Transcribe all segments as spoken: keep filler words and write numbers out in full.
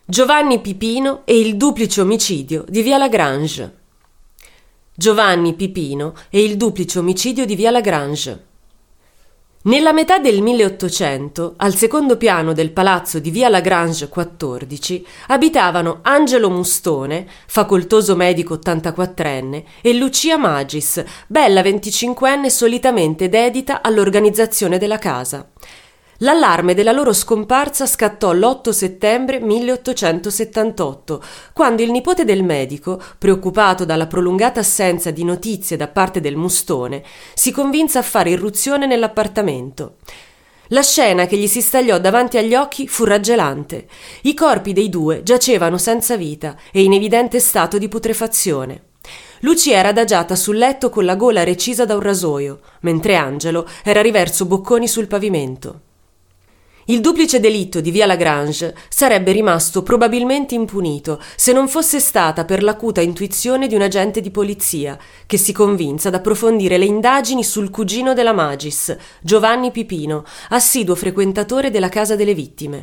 Giovanni Pipino e il duplice omicidio di via Lagrange. Giovanni Pipino e il duplice omicidio di via Lagrange. Nella metà del milleottocento, al secondo piano del palazzo di via Lagrange quattordici, abitavano Angelo Mustone, facoltoso medico ottantaquattrenne, e Lucia Magis, bella venticinquenne solitamente dedita all'organizzazione della casa. L'allarme della loro scomparsa scattò l'otto settembre milleottocentosettantotto, quando il nipote del medico, preoccupato dalla prolungata assenza di notizie da parte del Mustone, si convinse a fare irruzione nell'appartamento. La scena che gli si stagliò davanti agli occhi fu raggelante. I corpi dei due giacevano senza vita e in evidente stato di putrefazione. Lucia era adagiata sul letto con la gola recisa da un rasoio, mentre Angelo era riverso bocconi sul pavimento. Il duplice delitto di via Lagrange sarebbe rimasto probabilmente impunito se non fosse stata per l'acuta intuizione di un agente di polizia che si convinse ad approfondire le indagini sul cugino della Magis, Giovanni Pipino, assiduo frequentatore della casa delle vittime.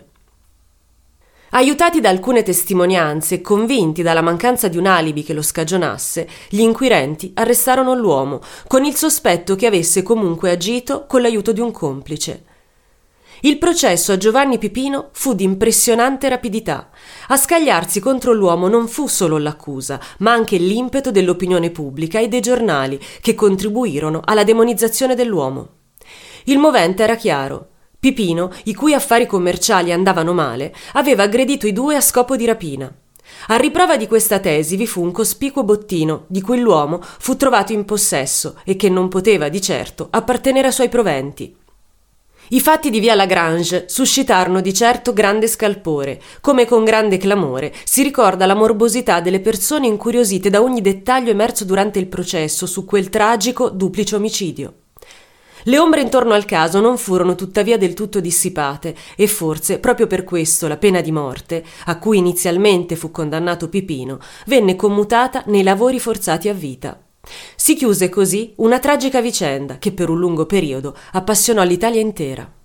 Aiutati da alcune testimonianze e convinti dalla mancanza di un alibi che lo scagionasse, gli inquirenti arrestarono l'uomo con il sospetto che avesse comunque agito con l'aiuto di un complice. Il processo a Giovanni Pipino fu di impressionante rapidità. A scagliarsi contro l'uomo non fu solo l'accusa, ma anche l'impeto dell'opinione pubblica e dei giornali che contribuirono alla demonizzazione dell'uomo. Il movente era chiaro. Pipino, i cui affari commerciali andavano male, aveva aggredito i due a scopo di rapina. A riprova di questa tesi vi fu un cospicuo bottino di cui l'uomo fu trovato in possesso e che non poteva di certo appartenere ai suoi proventi. I fatti di via Lagrange suscitarono di certo grande scalpore, come con grande clamore si ricorda la morbosità delle persone incuriosite da ogni dettaglio emerso durante il processo su quel tragico duplice omicidio. Le ombre intorno al caso non furono tuttavia del tutto dissipate e forse proprio per questo la pena di morte, a cui inizialmente fu condannato Pipino, venne commutata nei lavori forzati a vita. Si chiuse così una tragica vicenda che per un lungo periodo appassionò l'Italia intera.